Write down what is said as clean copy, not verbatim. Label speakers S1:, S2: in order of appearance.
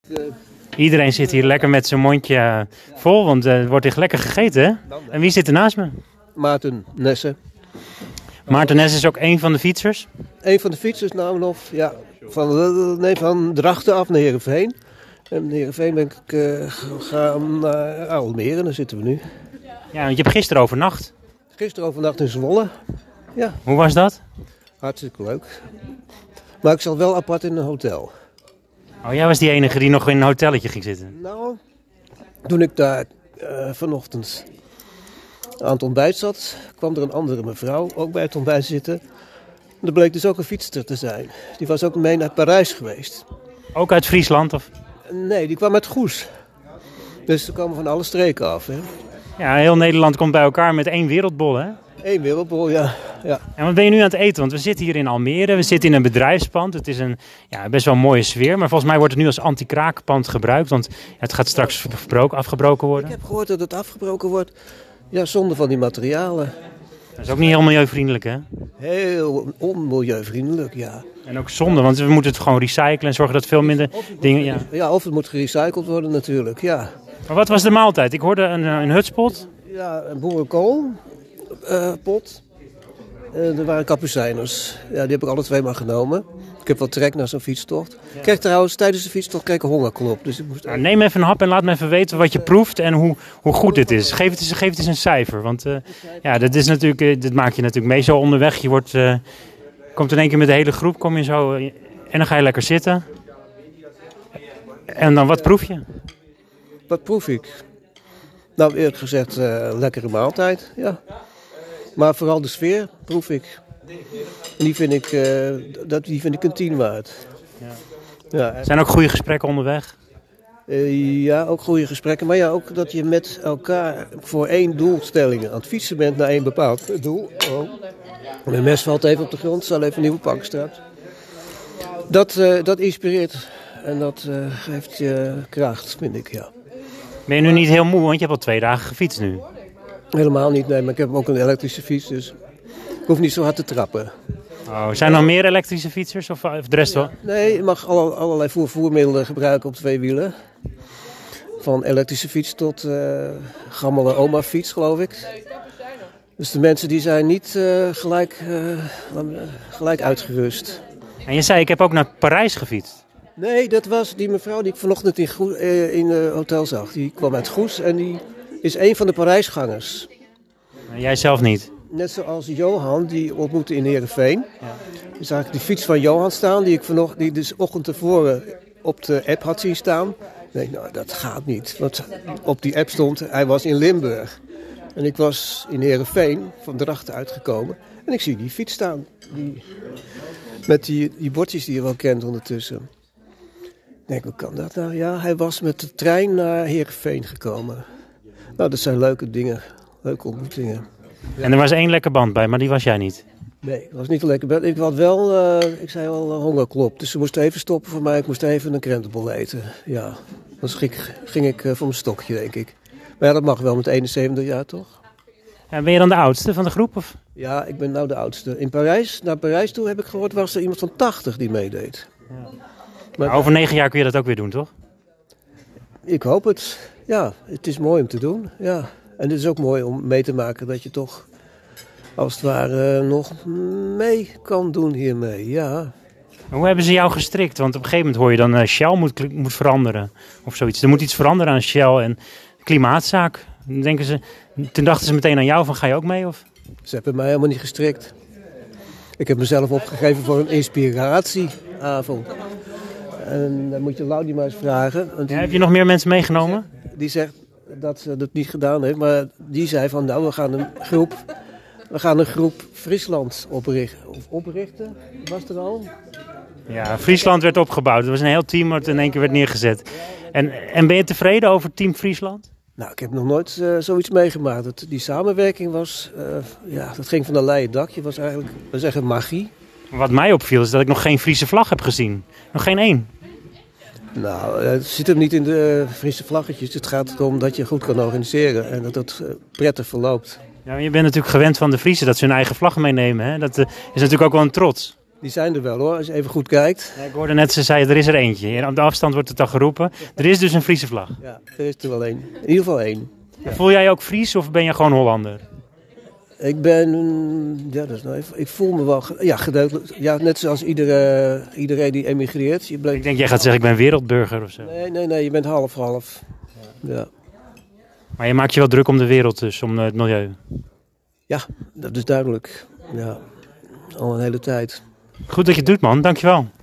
S1: Iedereen zit hier lekker met zijn mondje vol, want er wordt echt lekker gegeten, hè? En wie zit er naast me?
S2: Maarten Nessen.
S1: Maarten Nessen is ook een van de fietsers.
S2: Een van de fietsers namelijk nog, ja, van Drachten af naar Heerenveen. En naar Heerenveen ben ik gegaan naar Almere, daar zitten we nu.
S1: Ja, want je hebt gisteren overnacht.
S2: Gisteren overnacht in Zwolle. Ja.
S1: Hoe was dat?
S2: Hartstikke leuk. Maar ik zat wel apart in een hotel.
S1: Oh, jij was die enige die nog in een hotelletje ging zitten.
S2: Nou, toen ik daar vanochtend aan het ontbijt zat, kwam er een andere mevrouw ook bij het ontbijt zitten. En er bleek dus ook een fietster te zijn. Die was ook mee naar Parijs geweest.
S1: Ook uit Friesland? Of?
S2: Nee, die kwam uit Goes. Dus ze komen van alle streken af. Hè?
S1: Ja, heel Nederland komt bij elkaar met één wereldbol, hè?
S2: Eén wereldbol, ja.
S1: En wat ben je nu aan het eten? Want we zitten hier in Almere, we zitten in een bedrijfspand. Het is een best wel een mooie sfeer, maar volgens mij wordt het nu als anti-kraakpand gebruikt. Want het gaat straks afgebroken worden.
S2: Ik heb gehoord dat het afgebroken wordt, ja, zonder van die materialen.
S1: Dat is ook niet heel milieuvriendelijk, hè?
S2: Heel onmilieuvriendelijk, ja.
S1: En ook zonde, want we moeten het gewoon recyclen en zorgen dat veel minder dingen... Ja.
S2: Ja, of het moet gerecycled worden natuurlijk, ja.
S1: Maar wat was de maaltijd? Ik hoorde een hutspot.
S2: Ja, een boerenkoolpot. Er waren kapucijners. Ja, die heb ik alle twee maar genomen. Ik heb wel trek naar zo'n fietstocht. Ik kreeg trouwens tijdens de fietstocht een hongerklop. Dus ik moest...
S1: Nou, neem even een hap en laat me even weten wat je proeft en hoe goed dit is. Geef het eens een cijfer. Want dat is natuurlijk, dit maak je natuurlijk mee zo onderweg. Je komt in één keer met de hele groep, kom je zo en dan ga je lekker zitten. En dan wat proef je?
S2: Wat proef ik? Nou, eerlijk gezegd, lekkere maaltijd, ja. Maar vooral de sfeer proef ik. En die vind ik een 10 waard. Ja.
S1: Zijn ook goede gesprekken onderweg?
S2: Ja, ook goede gesprekken. Maar ja, ook dat je met elkaar voor één doelstelling aan het fietsen bent naar één bepaald doel. Oh. Mijn mes valt even op de grond, zal even een nieuwe pakken straks. Dat inspireert en dat geeft je kracht, vind ik, ja.
S1: Ben je nu niet heel moe, want je hebt al 2 dagen gefietst nu?
S2: Helemaal niet, nee, maar ik heb ook een elektrische fiets, dus ik hoef niet zo hard te trappen.
S1: Oh, zijn er nog meer elektrische fietsers of de rest wel?
S2: Nee, je mag allerlei voermiddelen gebruiken op 2 wielen. Van elektrische fiets tot gammele oma-fiets, geloof ik. Dus de mensen die zijn niet gelijk uitgerust.
S1: En je zei, ik heb ook naar Parijs gefietst.
S2: Nee, dat was die mevrouw die ik vanochtend in het hotel zag. Die kwam uit Goes en die is een van de Parijsgangers.
S1: En jij zelf niet?
S2: Net zoals Johan, die ontmoette in Heerenveen. Ja. Dus zag ik die fiets van Johan staan, die dus ochtend tevoren op de app had zien staan. Ik denk, nou, dat gaat niet. Want op die app stond, hij was in Limburg. En ik was in Heerenveen, van Drachten uitgekomen. En ik zie die fiets staan. Met die bordjes die je wel kent ondertussen. Ik denk, hoe kan dat nou? Ja, hij was met de trein naar Heerenveen gekomen. Nou, dat zijn leuke dingen. Leuke ontmoetingen. Ja.
S1: En er was 1 lekker band bij, maar die was jij niet?
S2: Nee, dat was niet een lekker band. Ik had wel, ik zei al, hongerklop. Dus ze moesten even stoppen voor mij. Ik moest even een krentenbol eten. Ja, dan ging ik voor mijn stokje, denk ik. Maar ja, dat mag wel met 71 jaar, toch?
S1: Ja, ben je dan de oudste van de groep? Of?
S2: Ja, ik ben nou de oudste. Naar Parijs toe heb ik gehoord, was er iemand van 80 die meedeed. Ja.
S1: Maar over 9 jaar kun je dat ook weer doen, toch?
S2: Ik hoop het. Ja, het is mooi om te doen. Ja. En het is ook mooi om mee te maken dat je toch, als het ware, nog mee kan doen hiermee. Ja.
S1: Hoe hebben ze jou gestrikt? Want op een gegeven moment hoor je dan Shell moet veranderen of zoiets. Er moet iets veranderen aan Shell en klimaatzaak. Toen dachten ze meteen aan jou van, ga je ook mee? Of?
S2: Ze hebben mij helemaal niet gestrikt. Ik heb mezelf opgegeven voor een inspiratieavond. En dan moet je Laudie maar eens vragen.
S1: Ja, heb je nog meer mensen meegenomen?
S2: Die zegt dat ze dat niet gedaan heeft. Maar die zei van, nou, we gaan een groep Friesland oprichten. Was er al?
S1: Ja, Friesland werd opgebouwd. Er was een heel team wat in één keer werd neergezet. En ben je tevreden over Team Friesland?
S2: Nou, ik heb nog nooit zoiets meegemaakt. Die samenwerking was, dat ging van een leien dakje. Was eigenlijk, we zeggen, magie.
S1: Wat mij opviel is dat ik nog geen Friese vlag heb gezien. Nog geen 1.
S2: Nou, het zit hem niet in de Friese vlaggetjes. Het gaat erom dat je goed kan organiseren en dat het prettig verloopt.
S1: Ja, je bent natuurlijk gewend van de Friese dat ze hun eigen vlag meenemen. Hè? Dat is natuurlijk ook wel een trots.
S2: Die zijn er wel hoor, als je even goed kijkt.
S1: Ja, ik hoorde net, ze zei, er is er eentje. Op de afstand wordt het al geroepen. Er is dus een Friese vlag.
S2: Ja, er is er wel één. In ieder geval één. Ja.
S1: Voel jij je ook Fries of ben je gewoon Hollander?
S2: Ik ben, ja, dat is nou even, ik voel me wel, ja, gedeeltelijk, ja, net zoals iedereen die emigreert.
S1: Ik denk, jij gaat zeggen, ik ben wereldburger of zo.
S2: Nee, je bent half. Ja.
S1: Maar je maakt je wel druk om de wereld dus, om het milieu.
S2: Ja, dat is duidelijk. Ja, al een hele tijd.
S1: Goed dat je het doet, man. Dankjewel.